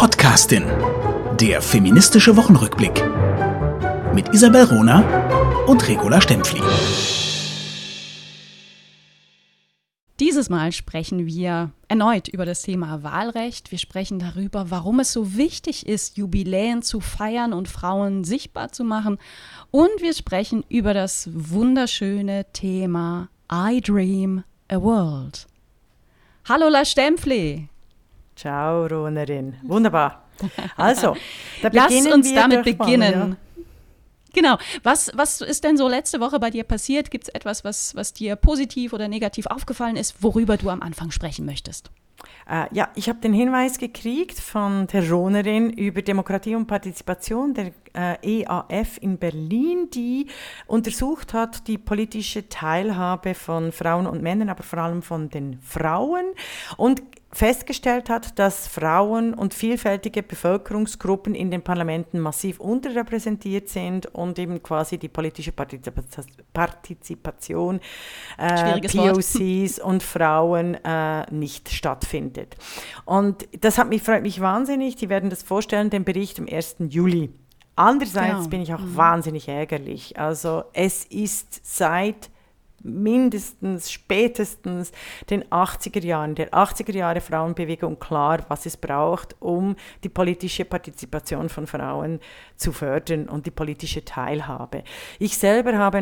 Podcastin. Der feministische Wochenrückblick. Mit Isabel Rohner und Regula Stempfli. Dieses Mal sprechen wir erneut über das Thema Wahlrecht. Wir sprechen darüber, warum es so wichtig ist, Jubiläen zu feiern und Frauen sichtbar zu machen. Und wir sprechen über das wunderschöne Thema I Dream a World. Hallo La Stempfli. Ciao Rohnerin. Wunderbar. Also, lass uns damit beginnen. Ja. Genau. Was ist denn so letzte Woche bei dir passiert? Gibt es etwas, was dir positiv oder negativ aufgefallen ist, worüber du am Anfang sprechen möchtest? Ja, ich habe den Hinweis gekriegt von der Rohnerin über Demokratie und Partizipation der EAF in Berlin, die untersucht hat die politische Teilhabe von Frauen und Männern, aber vor allem von den Frauen und festgestellt hat, dass Frauen und vielfältige Bevölkerungsgruppen in den Parlamenten massiv unterrepräsentiert sind und eben quasi die politische Partizipation POCs und Frauen nicht stattfindet. Und das freut mich wahnsinnig. Die werden das vorstellen, den Bericht am 1. Juli. Andererseits bin ich auch wahnsinnig ärgerlich. Also es ist seit spätestens den 80er Jahren, der 80er Jahre Frauenbewegung klar, was es braucht, um die politische Partizipation von Frauen zu fördern und die politische Teilhabe. Ich selber habe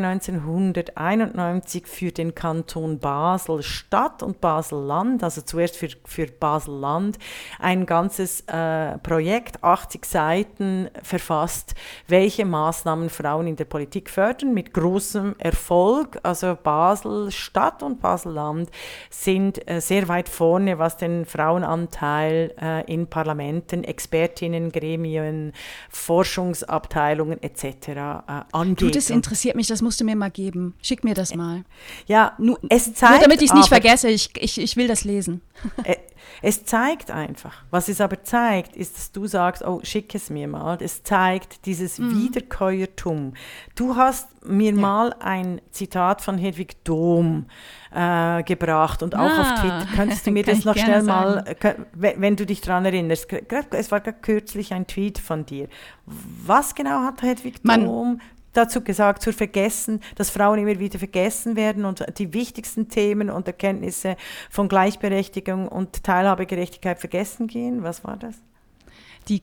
1991 für den Kanton Basel-Stadt und Basel-Land, also zuerst für Basel-Land, ein ganzes Projekt, 80 Seiten verfasst, welche Maßnahmen Frauen in der Politik fördern, mit großem Erfolg. Also Basel-Stadt und Basel-Land sind sehr weit vorne, was den Frauenanteil in Parlamenten, Expertinnen, Gremien, Forschungsabteilungen etc. angeht. Du, das interessiert mich, das musst du mir mal geben. Schick mir das mal. Ja, es zeigt, nur damit ich es nicht vergesse, ich will das lesen. Es zeigt einfach. Was es aber zeigt, ist, dass du sagst, oh, schick es mir mal. Es zeigt dieses Wiederkäuertum. Du hast mir mal ein Zitat von Hedwig Dohm gebracht und auch auf Twitter. Könntest du mir das noch schnell mal, wenn du dich daran erinnerst, es war kürzlich ein Tweet von dir. Was genau hat Hedwig Dohm dazu gesagt, dass Frauen immer wieder vergessen werden und die wichtigsten Themen und Erkenntnisse von Gleichberechtigung und Teilhabegerechtigkeit vergessen gehen? Was war das? Die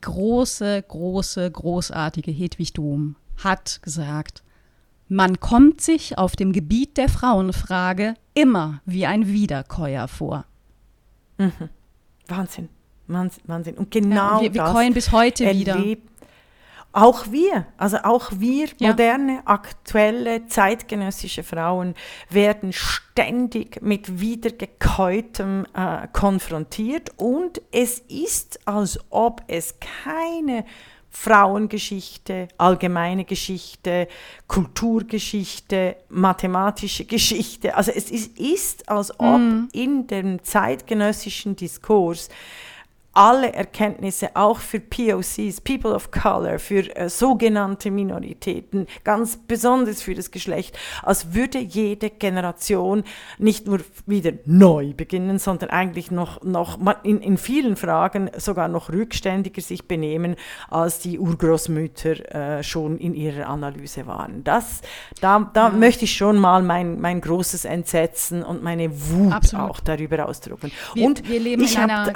großartige Hedwig Dohm hat gesagt, man kommt sich auf dem Gebiet der Frauenfrage immer wie ein Wiederkäuer vor. Mhm. Wahnsinn. Und genau wir käuen bis heute wieder. Auch wir moderne, aktuelle, zeitgenössische Frauen werden ständig mit Wiedergekäutem konfrontiert und es ist, als ob es keine Frauengeschichte, allgemeine Geschichte, Kulturgeschichte, mathematische Geschichte, also es ist als ob in dem zeitgenössischen Diskurs alle Erkenntnisse, auch für POCs, People of Color, für sogenannte Minoritäten, ganz besonders für das Geschlecht, als würde jede Generation nicht nur wieder neu beginnen, sondern eigentlich noch in vielen Fragen sogar noch rückständiger sich benehmen, als die Urgroßmütter schon in ihrer Analyse waren. Da möchte ich schon mal mein großes Entsetzen und meine Wut auch darüber ausdrücken. Wir leben in einer...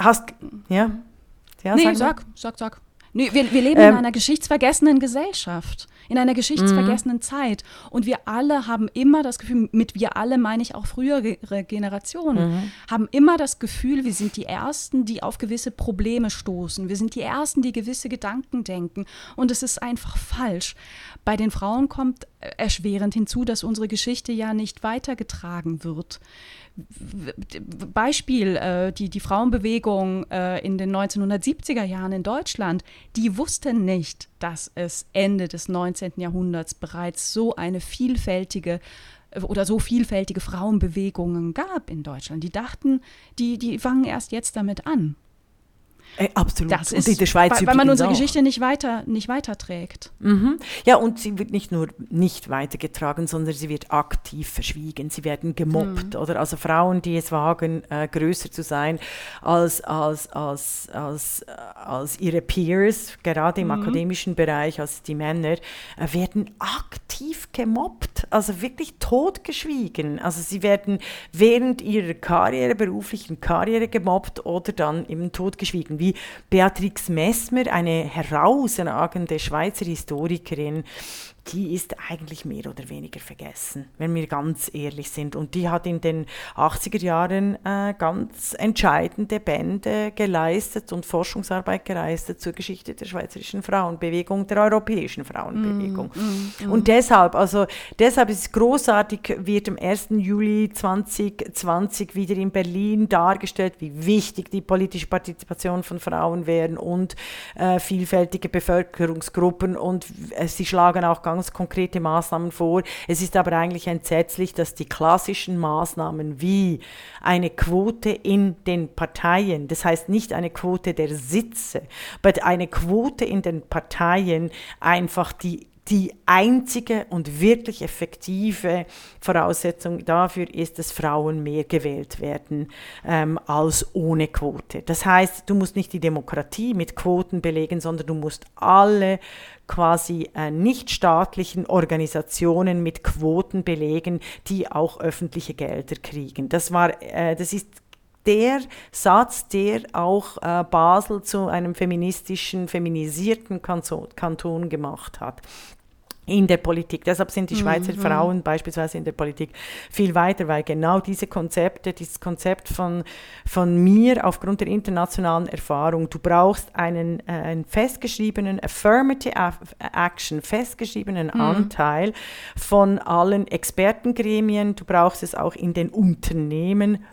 Sag. Nee, wir leben in einer geschichtsvergessenen Gesellschaft, in einer geschichtsvergessenen Zeit. Und wir alle haben immer das Gefühl, mit wir alle meine ich auch frühere Generationen, haben immer das Gefühl, wir sind die Ersten, die auf gewisse Probleme stoßen. Wir sind die Ersten, die gewisse Gedanken denken. Und es ist einfach falsch. Bei den Frauen kommt erschwerend hinzu, dass unsere Geschichte ja nicht weitergetragen wird. Beispiel, die Frauenbewegung in den 1970er Jahren in Deutschland, die wussten nicht, dass es Ende des 19. Jahrhunderts bereits so vielfältige Frauenbewegungen gab in Deutschland. Die dachten, die fangen erst jetzt damit an. Absolut. Das und ist, in der Schweiz weil man unsere auch. Geschichte nicht weiterträgt. Mhm. Ja, und sie wird nicht nur nicht weitergetragen, sondern sie wird aktiv verschwiegen. Sie werden gemobbt, oder? Also Frauen, die es wagen, größer zu sein als ihre Peers, gerade im akademischen Bereich, als die Männer, werden aktiv gemobbt, also wirklich totgeschwiegen. Also sie werden während ihrer beruflichen Karriere gemobbt oder dann eben totgeschwiegen. Wie Beatrix Messmer, eine herausragende Schweizer Historikerin, die ist eigentlich mehr oder weniger vergessen, wenn wir ganz ehrlich sind. Und die hat in den 80er Jahren ganz entscheidende Bände geleistet und Forschungsarbeit geleistet zur Geschichte der schweizerischen Frauenbewegung, der europäischen Frauenbewegung. Und deshalb ist es großartig, wird am 1. Juli 2020 wieder in Berlin dargestellt, wie wichtig die politische Partizipation von Frauen wären und vielfältige Bevölkerungsgruppen. Und sie schlagen auch ganz konkrete Maßnahmen vor. Es ist aber eigentlich entsetzlich, dass die klassischen Maßnahmen wie eine Quote in den Parteien, das heißt nicht eine Quote der Sitze, aber eine Quote in den Parteien einfach die einzige und wirklich effektive Voraussetzung dafür ist, dass Frauen mehr gewählt werden als ohne Quote. Das heißt, du musst nicht die Demokratie mit Quoten belegen, sondern du musst alle quasi nichtstaatlichen Organisationen mit Quoten belegen, die auch öffentliche Gelder kriegen. Das ist der Satz, der auch Basel zu einem feminisierten Kanton gemacht hat. In der Politik. Deshalb sind die Schweizer Frauen beispielsweise in der Politik viel weiter, weil genau dieses Konzept von mir aufgrund der internationalen Erfahrung, du brauchst einen festgeschriebenen Affirmative Action, festgeschriebenen Anteil von allen Expertengremien, du brauchst es auch in den Unternehmen,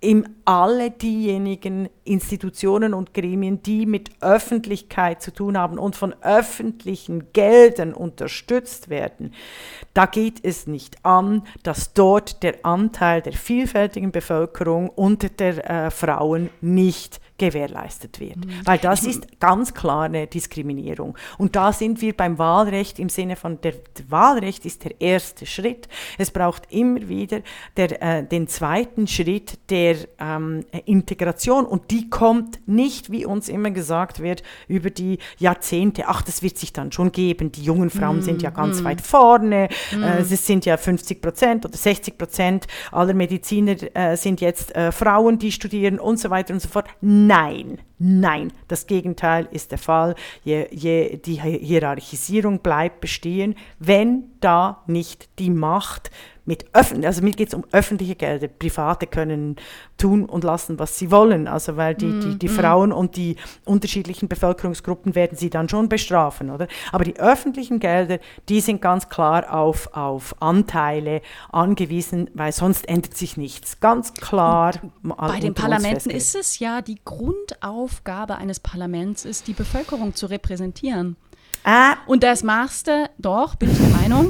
alle diejenigen Institutionen und Gremien, die mit Öffentlichkeit zu tun haben und von öffentlichen Geldern unterstützt werden, da geht es nicht an, dass dort der Anteil der vielfältigen Bevölkerung und der Frauen nicht gewährleistet wird. Weil das ist ganz klar eine Diskriminierung. Und da sind wir beim Wahlrecht im Sinne von, der Wahlrecht ist der erste Schritt. Es braucht immer wieder den zweiten Schritt der Integration und die kommt nicht, wie uns immer gesagt wird, über die Jahrzehnte. Ach, das wird sich dann schon geben. Die jungen Frauen sind ja ganz weit vorne. Es sind ja 50% oder 60% aller Mediziner sind jetzt Frauen, die studieren und so weiter und so fort. Nein, das Gegenteil ist der Fall. Die Hierarchisierung bleibt bestehen, wenn da nicht die Macht also mir geht es um öffentliche Gelder. Private können tun und lassen, was sie wollen. Also weil die Frauen und die unterschiedlichen Bevölkerungsgruppen werden sie dann schon bestrafen, oder? Aber die öffentlichen Gelder, die sind ganz klar auf Anteile angewiesen, weil sonst ändert sich nichts. Ganz klar. Bei den Parlamenten ist es ja, die Grundaufgabe eines Parlaments ist, die Bevölkerung zu repräsentieren. Und das machst du, doch, bin ich der Meinung,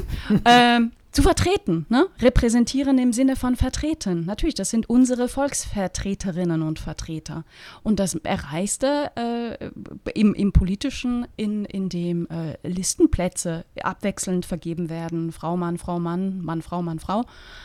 zu vertreten, ne? Repräsentieren im Sinne von vertreten. Natürlich, das sind unsere Volksvertreterinnen und Vertreter. Und das erreichst du im Politischen, in dem Listenplätze abwechselnd vergeben werden. Frau, Mann, Frau, Mann, Mann, Frau, Mann, Frau.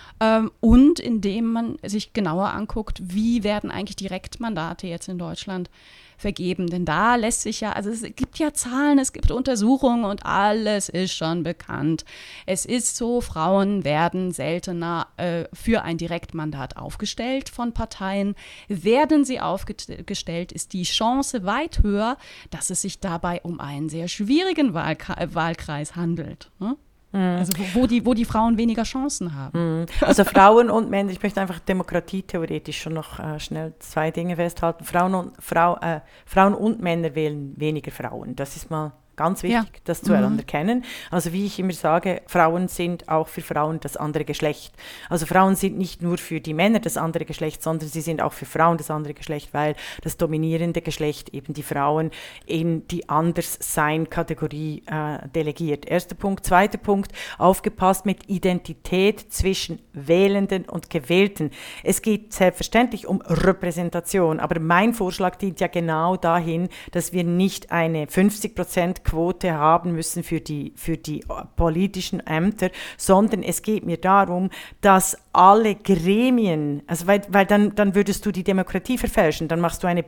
Und indem man sich genauer anguckt, wie werden eigentlich Direktmandate jetzt in Deutschland vergeben. Denn da lässt sich ja, also es gibt ja Zahlen, es gibt Untersuchungen und alles ist schon bekannt. Es ist so, Frauen werden seltener für ein Direktmandat aufgestellt von Parteien. Werden sie aufgestellt, ist die Chance weit höher, dass es sich dabei um einen sehr schwierigen Wahlkreis handelt. Ne? Also wo die Frauen weniger Chancen haben. Also Frauen und Männer, ich möchte einfach demokratietheoretisch schon noch schnell zwei Dinge festhalten. Frauen und Männer wählen weniger Frauen. Das ist mal Ganz wichtig, das zu anerkennen. Also wie ich immer sage, Frauen sind auch für Frauen das andere Geschlecht. Also Frauen sind nicht nur für die Männer das andere Geschlecht, sondern sie sind auch für Frauen das andere Geschlecht, weil das dominierende Geschlecht eben die Frauen in die Anderssein-Kategorie delegiert. Erster Punkt. Zweiter Punkt, aufgepasst mit Identität zwischen Wählenden und Gewählten. Es geht selbstverständlich um Repräsentation, aber mein Vorschlag dient ja genau dahin, dass wir nicht eine 50%-Quote haben müssen für die politischen Ämter, sondern es geht mir darum, dass alle Gremien, also weil dann würdest du die Demokratie verfälschen, dann machst du eine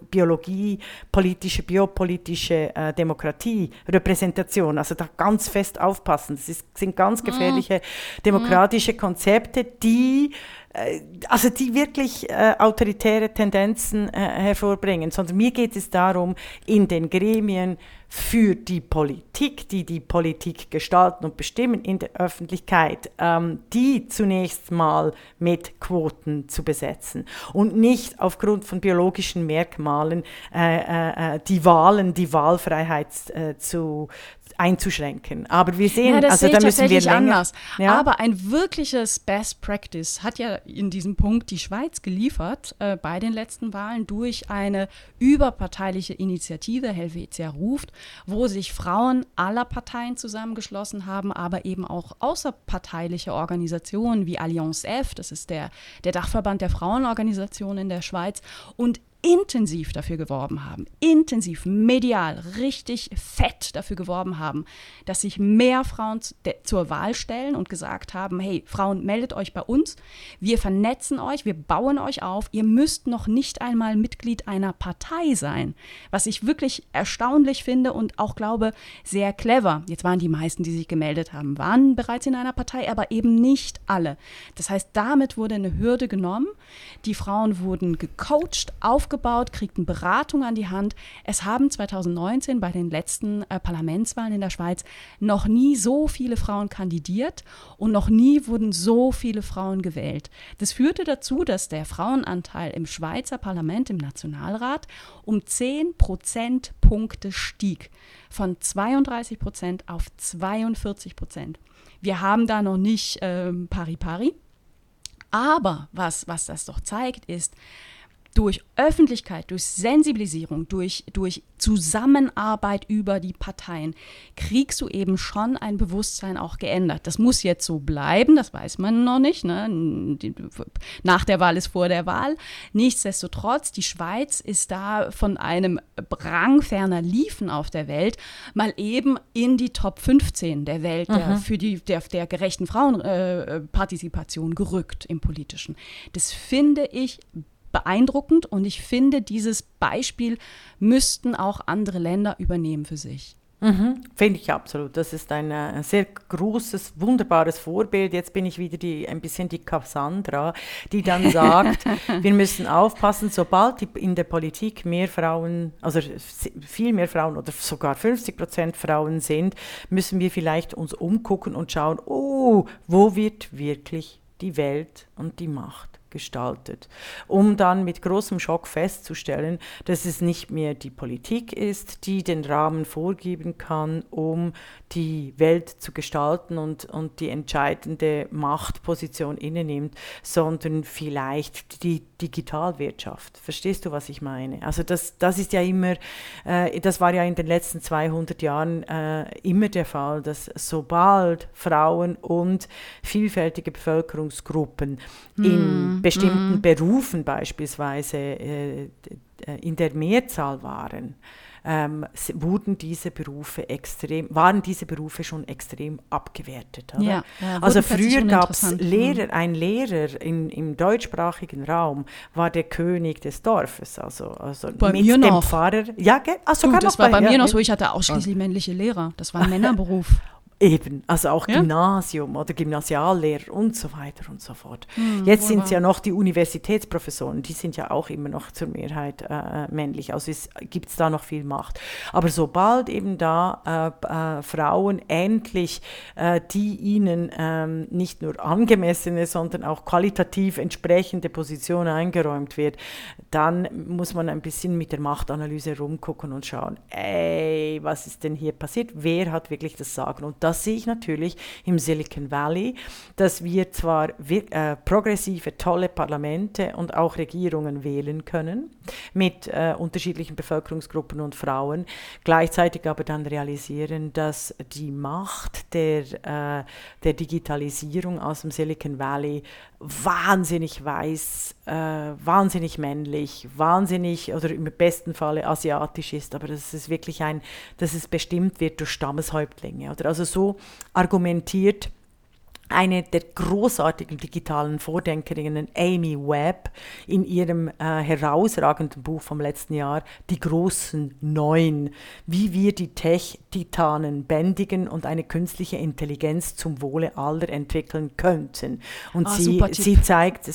biopolitische Demokratie, Repräsentation, also da ganz fest aufpassen. Das sind ganz gefährliche demokratische Konzepte, die wirklich autoritäre Tendenzen hervorbringen, sondern mir geht es darum, in den Gremien für die Politik, die die Politik gestalten und bestimmen in der Öffentlichkeit, die zunächst mal mit Quoten zu besetzen und nicht aufgrund von biologischen Merkmalen die Wahlfreiheit einzuschränken. Aber wir sehen, das also da müssen wir tatsächlich anders. Ja? Aber ein wirkliches Best Practice hat ja in diesem Punkt die Schweiz geliefert bei den letzten Wahlen durch eine überparteiliche Initiative, Helvetia ruft, wo sich Frauen aller Parteien zusammengeschlossen haben, aber eben auch außerparteiliche Organisationen wie Allianz F, das ist der Dachverband der Frauenorganisationen in der Schweiz, und intensiv dafür geworben haben, intensiv, medial, richtig fett dafür geworben haben, dass sich mehr Frauen zur Wahl stellen und gesagt haben, hey, Frauen, meldet euch bei uns, wir vernetzen euch, wir bauen euch auf, ihr müsst noch nicht einmal Mitglied einer Partei sein, was ich wirklich erstaunlich finde und auch glaube, sehr clever. Jetzt waren die meisten, die sich gemeldet haben, waren bereits in einer Partei, aber eben nicht alle. Das heißt, damit wurde eine Hürde genommen, die Frauen wurden gecoacht, aufgebaut, kriegten Beratung an die Hand. Es haben 2019 bei den letzten Parlamentswahlen in der Schweiz noch nie so viele Frauen kandidiert und noch nie wurden so viele Frauen gewählt. Das führte dazu, dass der Frauenanteil im Schweizer Parlament, im Nationalrat, um 10 Prozentpunkte stieg. Von 32% auf 42%. Wir haben da noch nicht pari-pari. Aber was das doch zeigt, ist, durch Öffentlichkeit, durch Sensibilisierung, durch Zusammenarbeit über die Parteien kriegst du eben schon ein Bewusstsein auch geändert. Das muss jetzt so bleiben, das weiß man noch nicht. Ne? Nach der Wahl ist vor der Wahl. Nichtsdestotrotz, die Schweiz ist da von einem Rang ferner Liefen auf der Welt mal eben in die Top 15 der Welt der gerechten Frauenpartizipation gerückt im Politischen. Das finde ich beeindruckend und ich finde, dieses Beispiel müssten auch andere Länder übernehmen für sich. Finde ich absolut. Das ist ein sehr großes, wunderbares Vorbild. Jetzt bin ich wieder ein bisschen die Cassandra, die dann sagt, wir müssen aufpassen, sobald in der Politik mehr Frauen, also viel mehr Frauen oder sogar 50% Frauen sind, müssen wir vielleicht uns umgucken und schauen, wo wird wirklich die Welt und die Macht gestaltet, um dann mit großem Schock festzustellen, dass es nicht mehr die Politik ist, die den Rahmen vorgeben kann, um die Welt zu gestalten und die entscheidende Machtposition innenimmt, sondern vielleicht die Digitalwirtschaft. Verstehst du, was ich meine? Also das ist ja immer, das war ja in den letzten 200 Jahren immer der Fall, dass sobald Frauen und vielfältige Bevölkerungsgruppen in bestimmten Berufen beispielsweise in der Mehrzahl waren, waren diese Berufe schon extrem abgewertet. Oder? Ja, also früher gab es ein Lehrer im deutschsprachigen Raum war der König des Dorfes, also bei mit mir dem noch. Pfarrer. Ja, sogar das noch war bei mir noch so, ich hatte ausschließlich männliche Lehrer, das war ein Männerberuf. Eben, also auch Gymnasium oder Gymnasiallehrer und so weiter und so fort. Jetzt sind es ja noch die Universitätsprofessoren, die sind ja auch immer noch zur Mehrheit männlich, also gibt es da noch viel Macht. Aber sobald eben da Frauen endlich die ihnen nicht nur angemessene, sondern auch qualitativ entsprechende Position eingeräumt wird, dann muss man ein bisschen mit der Machtanalyse rumgucken und schauen, was ist denn hier passiert? Wer hat wirklich das Sagen? Und das sehe ich natürlich im Silicon Valley, dass wir zwar progressive, tolle Parlamente und auch Regierungen wählen können mit unterschiedlichen Bevölkerungsgruppen und Frauen, gleichzeitig aber dann realisieren, dass die Macht der Digitalisierung aus dem Silicon Valley wahnsinnig weiß, wahnsinnig männlich, wahnsinnig oder im besten Falle asiatisch ist, aber dass es wirklich dass es bestimmt wird durch Stammeshäuptlinge. Oder also so argumentiert eine der großartigen digitalen Vordenkerinnen, Amy Webb, in ihrem herausragenden Buch vom letzten Jahr, Die großen 9, wie wir die Tech-Titanen bändigen und eine künstliche Intelligenz zum Wohle aller entwickeln könnten. Und sie zeigt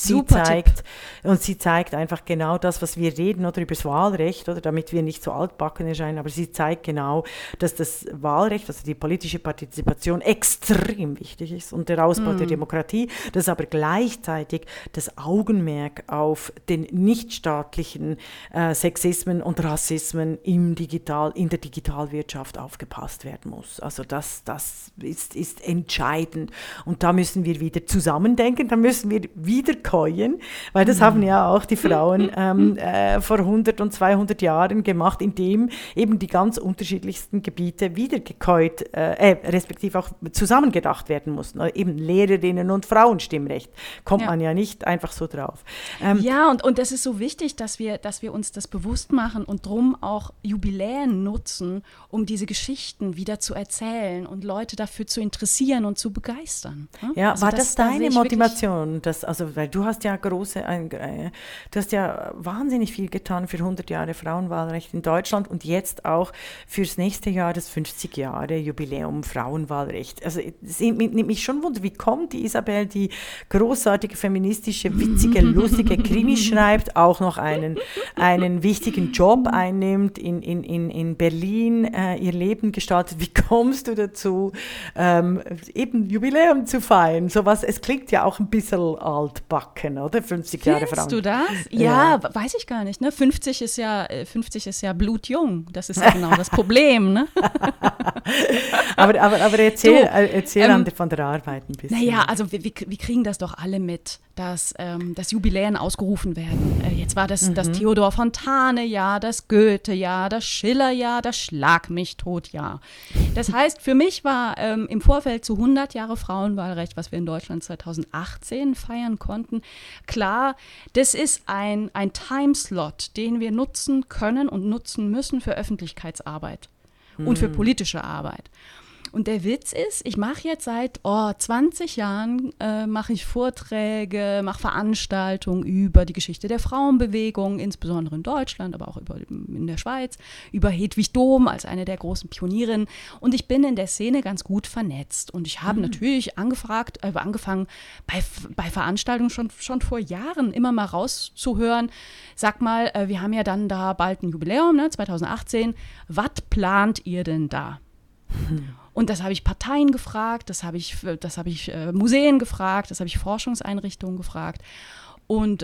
einfach genau das, was wir reden, oder über das Wahlrecht, oder damit wir nicht so altbacken erscheinen, aber sie zeigt genau, dass das Wahlrecht, also die politische Partizipation, extrem wichtig ist und der Ausbau der Demokratie, dass aber gleichzeitig das Augenmerk auf den nichtstaatlichen Sexismen und Rassismen in der Digitalwirtschaft aufgepasst werden muss. Also das ist entscheidend. Und da müssen wir wieder zusammendenken, da müssen wir wieder käuen, weil das haben ja auch die Frauen vor 100 und 200 Jahren gemacht, indem eben die ganz unterschiedlichsten Gebiete wieder gekäut, respektive auch zusammengedacht werden mussten. Eben Lehrerinnen und Frauenstimmrecht. Kommt man ja nicht einfach so drauf. Und das ist so wichtig, dass wir uns das bewusst machen und drum auch Jubiläen nutzen, um diese Geschichten wieder zu erzählen und Leute dafür zu interessieren und zu begeistern. Ja, also war das deine Motivation? Weil du hast ja du hast ja wahnsinnig viel getan für 100 Jahre Frauenwahlrecht in Deutschland und jetzt auch fürs nächste Jahr das 50 Jahre Jubiläum Frauenwahlrecht. Also es nimmt mich schon Wunder, wie kommt die Isabel, die großartige, feministische, witzige, lustige Krimi schreibt, auch noch einen wichtigen Job einnimmt, in Berlin ihr Leben gestaltet. Wie kommst du dazu, eben Jubiläum zu feiern? Sowas, es klingt ja auch ein bisschen altbacken, oder? 50 Jahre Frauen. Findest du das? Ja, weiß ich gar nicht. Ne? 50 ist ja blutjung. Das ist ja genau das Problem. Ne? aber erzähl von der Arbeit ein bisschen. Naja, also wir kriegen das doch alle mit, dass Jubiläen ausgerufen werden. Jetzt war das Theodor Fontane-Jahr, das Goethe-Jahr, das Schiller-Jahr, das Schlag-mich-tot-Jahr. Das heißt, für mich war im Vorfeld zu 100 Jahre Frauenwahlrecht, was wir in Deutschland 2018 feiern konnten, klar, das ist ein Timeslot, den wir nutzen können und nutzen müssen für Öffentlichkeitsarbeit und für politische Arbeit. Und der Witz ist, ich mache jetzt seit 20 Jahren mache ich Vorträge, mache Veranstaltungen über die Geschichte der Frauenbewegung, insbesondere in Deutschland, aber auch in der Schweiz, über Hedwig Dohm als eine der großen Pionierinnen. Und ich bin in der Szene ganz gut vernetzt. Und ich habe natürlich angefangen, bei Veranstaltungen schon vor Jahren immer mal rauszuhören, sag mal, wir haben ja dann da bald ein Jubiläum, ne, 2018, was plant ihr denn da? Und das habe ich Parteien gefragt, das habe ich Museen gefragt, das habe ich Forschungseinrichtungen gefragt. Und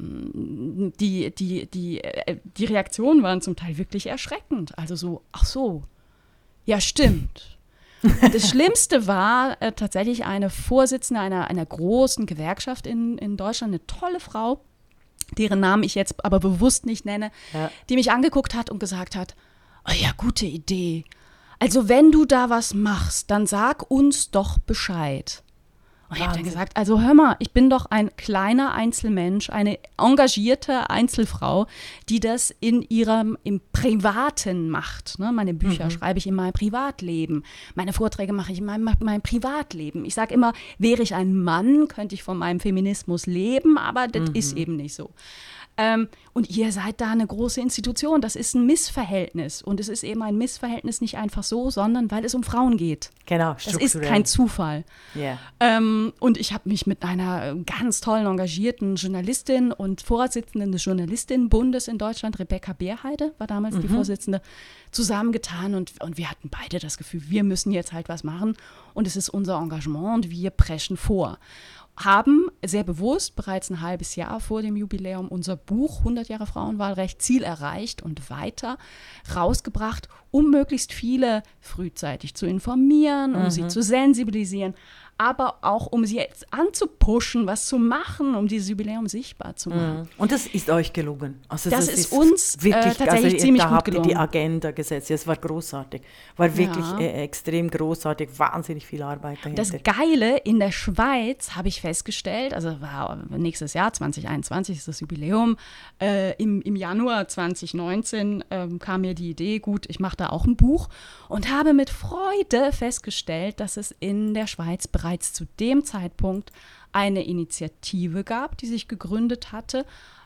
die Reaktionen waren zum Teil wirklich erschreckend. Also so, ach so, ja stimmt. Und das Schlimmste war tatsächlich eine Vorsitzende einer großen Gewerkschaft in Deutschland, eine tolle Frau, deren Namen ich jetzt aber bewusst nicht nenne, die mich angeguckt hat und gesagt hat, oh ja, gute Idee. Also wenn du da was machst, dann sag uns doch Bescheid. Und ich habe dann gesagt, also hör mal, ich bin doch ein kleiner Einzelmensch, eine engagierte Einzelfrau, die das im Privaten macht. Ne? Meine Bücher schreibe ich in meinem Privatleben. Meine Vorträge mache ich in meinem Privatleben. Ich sage immer, wäre ich ein Mann, könnte ich von meinem Feminismus leben, aber das ist eben nicht so. Und ihr seid da eine große Institution. Das ist ein Missverhältnis. Und es ist eben ein Missverhältnis nicht einfach so, sondern weil es um Frauen geht. Genau, das ist kein Zufall. Yeah. Und ich habe mich mit einer ganz tollen, engagierten Journalistin und Vorsitzenden des Journalistinnenbundes in Deutschland, Rebecca Beerheide, war damals die Vorsitzende, zusammengetan. Und wir hatten beide das Gefühl, wir müssen jetzt halt was machen. Und es ist unser Engagement und wir preschen vor. Haben sehr bewusst bereits ein halbes Jahr vor dem Jubiläum unser Buch 100 Jahre Frauenwahlrecht, Ziel erreicht und weiter rausgebracht, um möglichst viele frühzeitig zu informieren, um sie zu sensibilisieren, aber auch um sie jetzt anzupushen, was zu machen, um dieses Jubiläum sichtbar zu machen. Und das ist euch gelungen. Also das ist uns wirklich, tatsächlich ziemlich gut Da gelungen. habt ihr die Agenda gesetzt. Es war großartig. War wirklich extrem großartig. Wahnsinnig viel Arbeit dahinter. Das Geile, in der Schweiz habe ich festgestellt, also war nächstes Jahr, 2021 ist das Jubiläum, im Januar 2019 kam mir die Idee, gut, ich mache da auch ein Buch und habe mit Freude festgestellt, dass es in der Schweiz bereits zu dem Zeitpunkt eine Initiative gab, die sich gegründet hatte.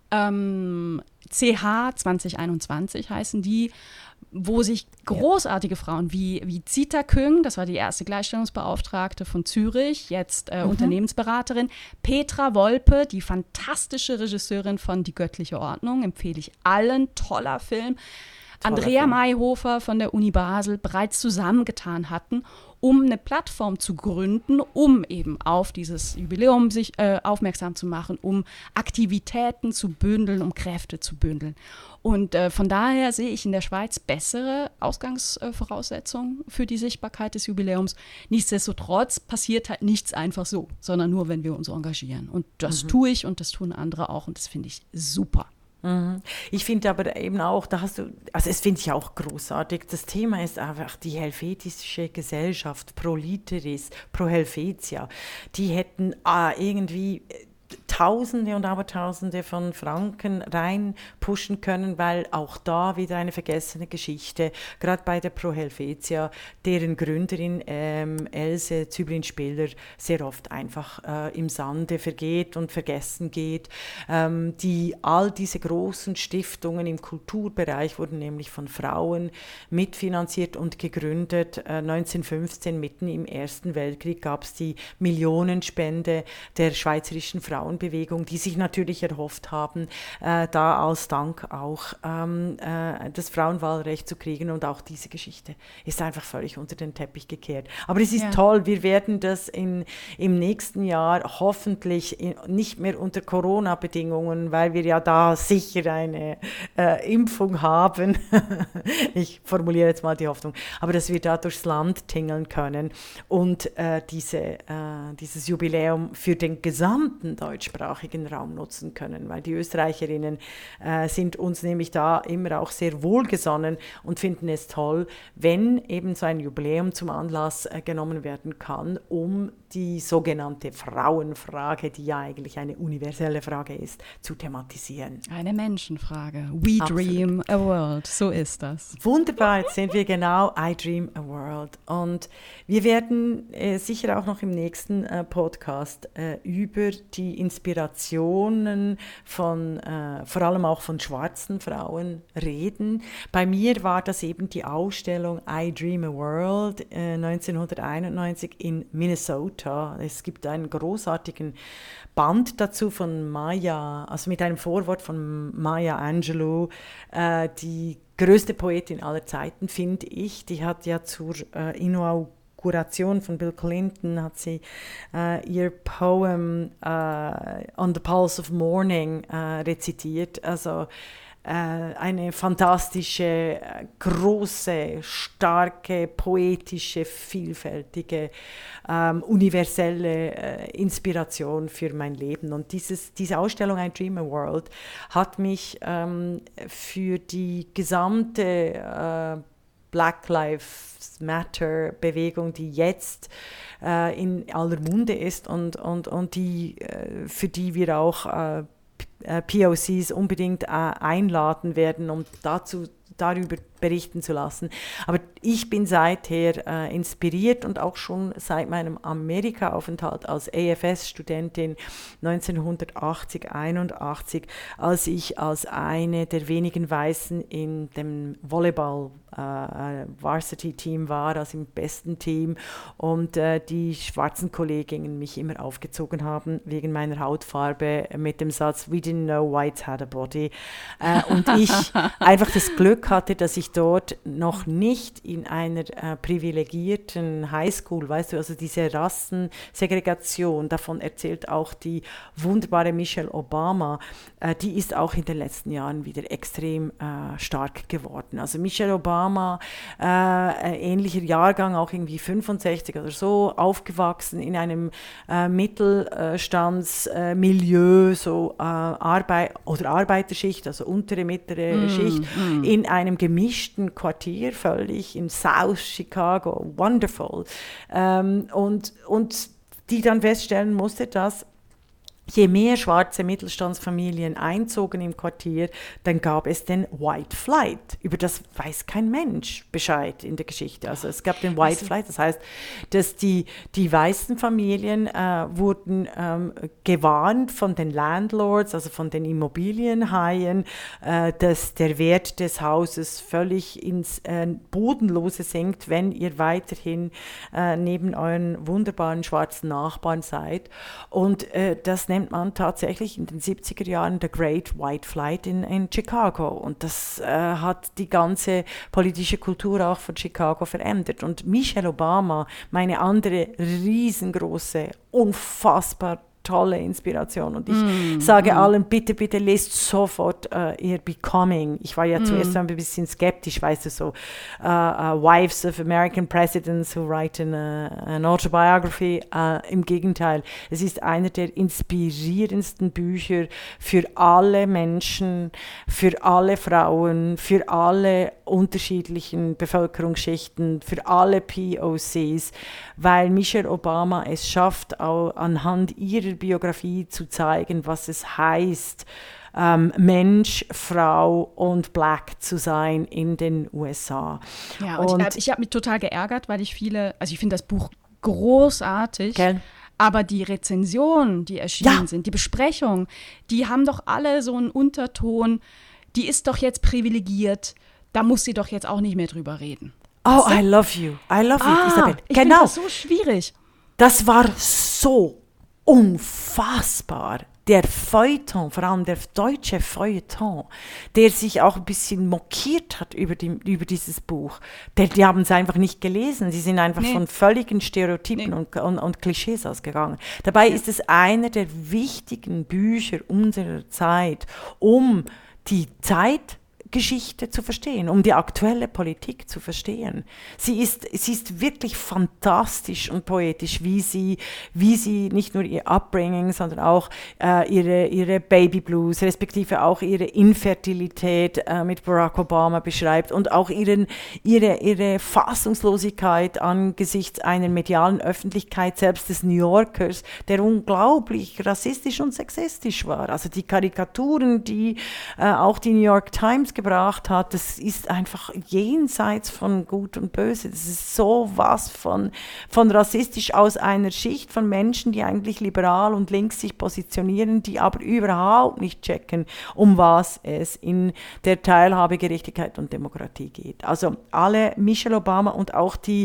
CH 2021 heißen die, wo sich großartige Frauen wie Zita Küng, das war die erste Gleichstellungsbeauftragte von Zürich, jetzt Unternehmensberaterin, Petra Wolpe, die fantastische Regisseurin von Die göttliche Ordnung, empfehle ich allen, toller Film, Andrea Mayhofer von der Uni Basel bereits zusammengetan hatten, um eine Plattform zu gründen, um eben auf dieses Jubiläum sich aufmerksam zu machen, um Aktivitäten zu bündeln, um Kräfte zu bündeln. Und von daher sehe ich in der Schweiz bessere Ausgangsvoraussetzungen für die Sichtbarkeit des Jubiläums. Nichtsdestotrotz passiert halt nichts einfach so, sondern nur, wenn wir uns engagieren. Und das tue ich und das tun andere auch und das finde ich super. Ich finde aber eben auch, also es finde ich auch großartig, das Thema ist einfach die helvetische Gesellschaft, Pro Literis, Pro Helvetia, die hätten irgendwie Tausende und Abertausende von Franken reinpushen können, weil auch da wieder eine vergessene Geschichte, gerade bei der Pro Helvetia, deren Gründerin Else Züblin-Spiller sehr oft einfach im Sande vergeht und vergessen geht. All diese großen Stiftungen im Kulturbereich wurden nämlich von Frauen mitfinanziert und gegründet. 1915, mitten im Ersten Weltkrieg, gab es die Millionenspende der schweizerischen Frauenbewegung, die sich natürlich erhofft haben, da als Dank auch das Frauenwahlrecht zu kriegen. Und auch diese Geschichte ist einfach völlig unter den Teppich gekehrt. Aber es ist toll, wir werden das im nächsten Jahr hoffentlich nicht mehr unter Corona-Bedingungen, weil wir ja da sicher eine Impfung haben. Ich formuliere jetzt mal die Hoffnung. Aber dass wir da durchs Land tingeln können und dieses Jubiläum für den gesamten deutschsprachigen Raum nutzen können, weil die Österreicherinnen sind uns nämlich da immer auch sehr wohlgesonnen und finden es toll, wenn eben so ein Jubiläum zum Anlass genommen werden kann, um die sogenannte Frauenfrage, die ja eigentlich eine universelle Frage ist, zu thematisieren. Eine Menschenfrage. We dream a world. So ist das. Wunderbar, jetzt sind wir genau I Dream a World. Und wir werden sicher auch noch im nächsten Podcast über die Inspirationen von, vor allem auch von schwarzen Frauen reden. Bei mir war das eben die Ausstellung I Dream a World 1991 in Minnesota. Es gibt einen großartigen Band dazu von Maya, also mit einem Vorwort von Maya Angelou, die größte Poetin aller Zeiten, finde ich. Die hat ja zur Inauguration von Bill Clinton hat sie ihr Poem On the Pulse of Morning rezitiert. Also eine fantastische, große, starke, poetische, vielfältige, universelle Inspiration für mein Leben. Und diese Ausstellung I Dream a World hat mich für die gesamte Black Lives Matter Bewegung, die jetzt in aller Munde ist und die, für die wir auch POCs unbedingt einladen werden, um dazu darüber berichten zu lassen. Aber ich bin seither inspiriert und auch schon seit meinem Amerika-Aufenthalt als AFS-Studentin 1980, 81, als ich als eine der wenigen Weißen in dem Volleyball-Varsity-Team war, also im besten Team, und die schwarzen Kolleginnen mich immer aufgezogen haben wegen meiner Hautfarbe mit dem Satz "We didn't know whites had a body", und ich einfach das Glück hatte, dass ich dort noch nicht in einer privilegierten Highschool, weißt du, also diese Rassensegregation, davon erzählt auch die wunderbare Michelle Obama, die ist auch in den letzten Jahren wieder extrem stark geworden. Also Michelle Obama, ähnlicher Jahrgang, auch irgendwie 65 oder so, aufgewachsen in einem Mittelstandsmilieu, so Arbeiterschicht, also untere, mittlere Schicht, in einem gemischten Quartier, völlig in South Chicago, wonderful. Und die dann feststellen musste, dass je mehr schwarze Mittelstandsfamilien einzogen im Quartier, dann gab es den White Flight. Über das weiß kein Mensch Bescheid in der Geschichte. Also es gab den White Flight, das heißt, dass die weißen Familien wurden gewarnt von den Landlords, also von den Immobilienhaien, dass der Wert des Hauses völlig ins Bodenlose sinkt, wenn ihr weiterhin neben euren wunderbaren schwarzen Nachbarn seid. Und das nennt man tatsächlich in den 70er Jahren The Great White Flight in Chicago. Und das hat die ganze politische Kultur auch von Chicago verändert. Und Michelle Obama, meine andere riesengroße, unfassbar tolle Inspiration. Und ich sage allen, bitte, bitte lest sofort ihr Becoming. Ich war ja zuerst ein bisschen skeptisch, weißt du, so Wives of American Presidents who write an autobiography. Im Gegenteil, es ist einer der inspirierendsten Bücher für alle Menschen, für alle Frauen, für alle unterschiedlichen Bevölkerungsschichten, für alle POCs, weil Michelle Obama es schafft, auch anhand ihrer Biografie zu zeigen, was es heißt, Mensch, Frau und Black zu sein in den USA. Ja, und ich habe mich total geärgert, weil ich finde das Buch großartig, aber die Rezensionen, die erschienen sind, die Besprechungen, die haben doch alle so einen Unterton, die ist doch jetzt privilegiert, da muss sie doch jetzt auch nicht mehr drüber reden. Oh, I love you, Isabel. Ich finde das so schwierig. Das war so unfassbar. Der Feuilleton, vor allem der deutsche Feuilleton, der sich auch ein bisschen mokiert hat über dieses Buch, die haben es einfach nicht gelesen. Sie sind einfach von völligen Stereotypen und Klischees ausgegangen. Dabei ist es einer der wichtigen Bücher unserer Zeit, um die Zeitgeschichte zu verstehen, um die aktuelle Politik zu verstehen. Sie ist wirklich fantastisch und poetisch, wie sie nicht nur ihr Upbringing, sondern auch ihre Baby Blues, respektive auch ihre Infertilität mit Barack Obama beschreibt und auch ihre Fassungslosigkeit angesichts einer medialen Öffentlichkeit, selbst des New Yorkers, der unglaublich rassistisch und sexistisch war. Also die Karikaturen, die auch die New York Times gebracht hat, das ist einfach jenseits von Gut und Böse. Das ist sowas von rassistisch aus einer Schicht von Menschen, die eigentlich liberal und links sich positionieren, die aber überhaupt nicht checken, um was es in der Teilhabe, Gerechtigkeit und Demokratie geht. Also alle Michelle Obama und auch die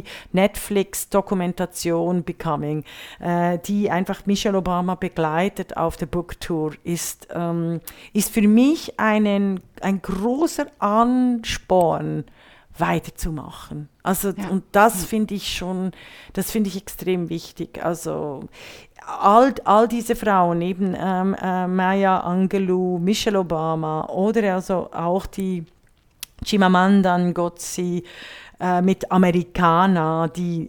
Netflix-Dokumentation Becoming, die einfach Michelle Obama begleitet auf der Booktour, ist für mich ein großer Ansporn, weiterzumachen. Also, und das finde ich extrem wichtig. Also, all diese Frauen, eben Maya Angelou, Michelle Obama oder also auch die Chimamanda Ngozi mit Americana, die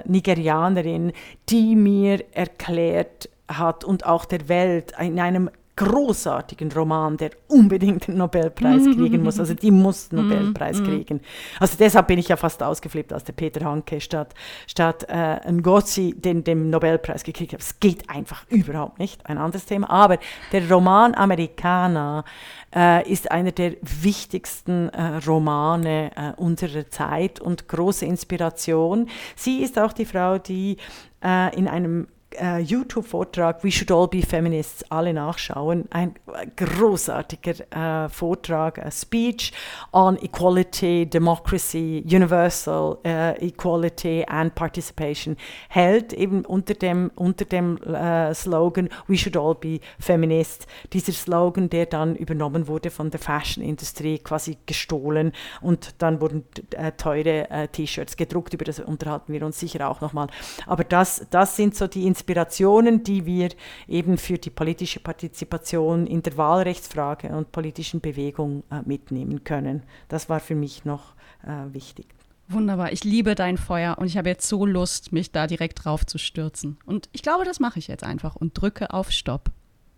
US-Nigerianerin, die mir erklärt hat und auch der Welt in einem großartigen Roman, der unbedingt den Nobelpreis kriegen muss. Also die muss den Nobelpreis kriegen. Also deshalb bin ich ja fast ausgeflippt, als der Peter Handke statt Ngozi dem Nobelpreis gekriegt hat. Es geht einfach überhaupt nicht. Ein anderes Thema. Aber der Roman Americana ist einer der wichtigsten Romane unserer Zeit und große Inspiration. Sie ist auch die Frau, die in einem YouTube-Vortrag We Should All Be Feminists, alle nachschauen, ein großartiger Vortrag, Speech on Equality, Democracy, Universal Equality and Participation, hält eben unter dem Slogan We Should All Be Feminists, dieser Slogan, der dann übernommen wurde von der Fashion-Industrie, quasi gestohlen, und dann wurden teure T-Shirts gedruckt, über das unterhalten wir uns sicher auch nochmal. Aber das sind so die Inspirationen, die wir eben für die politische Partizipation in der Wahlrechtsfrage und politischen Bewegung mitnehmen können. Das war für mich noch wichtig. Wunderbar, ich liebe dein Feuer und ich habe jetzt so Lust, mich da direkt drauf zu stürzen. Und ich glaube, das mache ich jetzt einfach und drücke auf Stopp.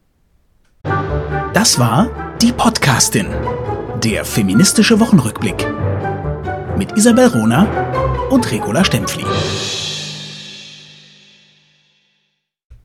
Das war Die Podcastin, der feministische Wochenrückblick mit Isabel Rohner und Regula Stempfli.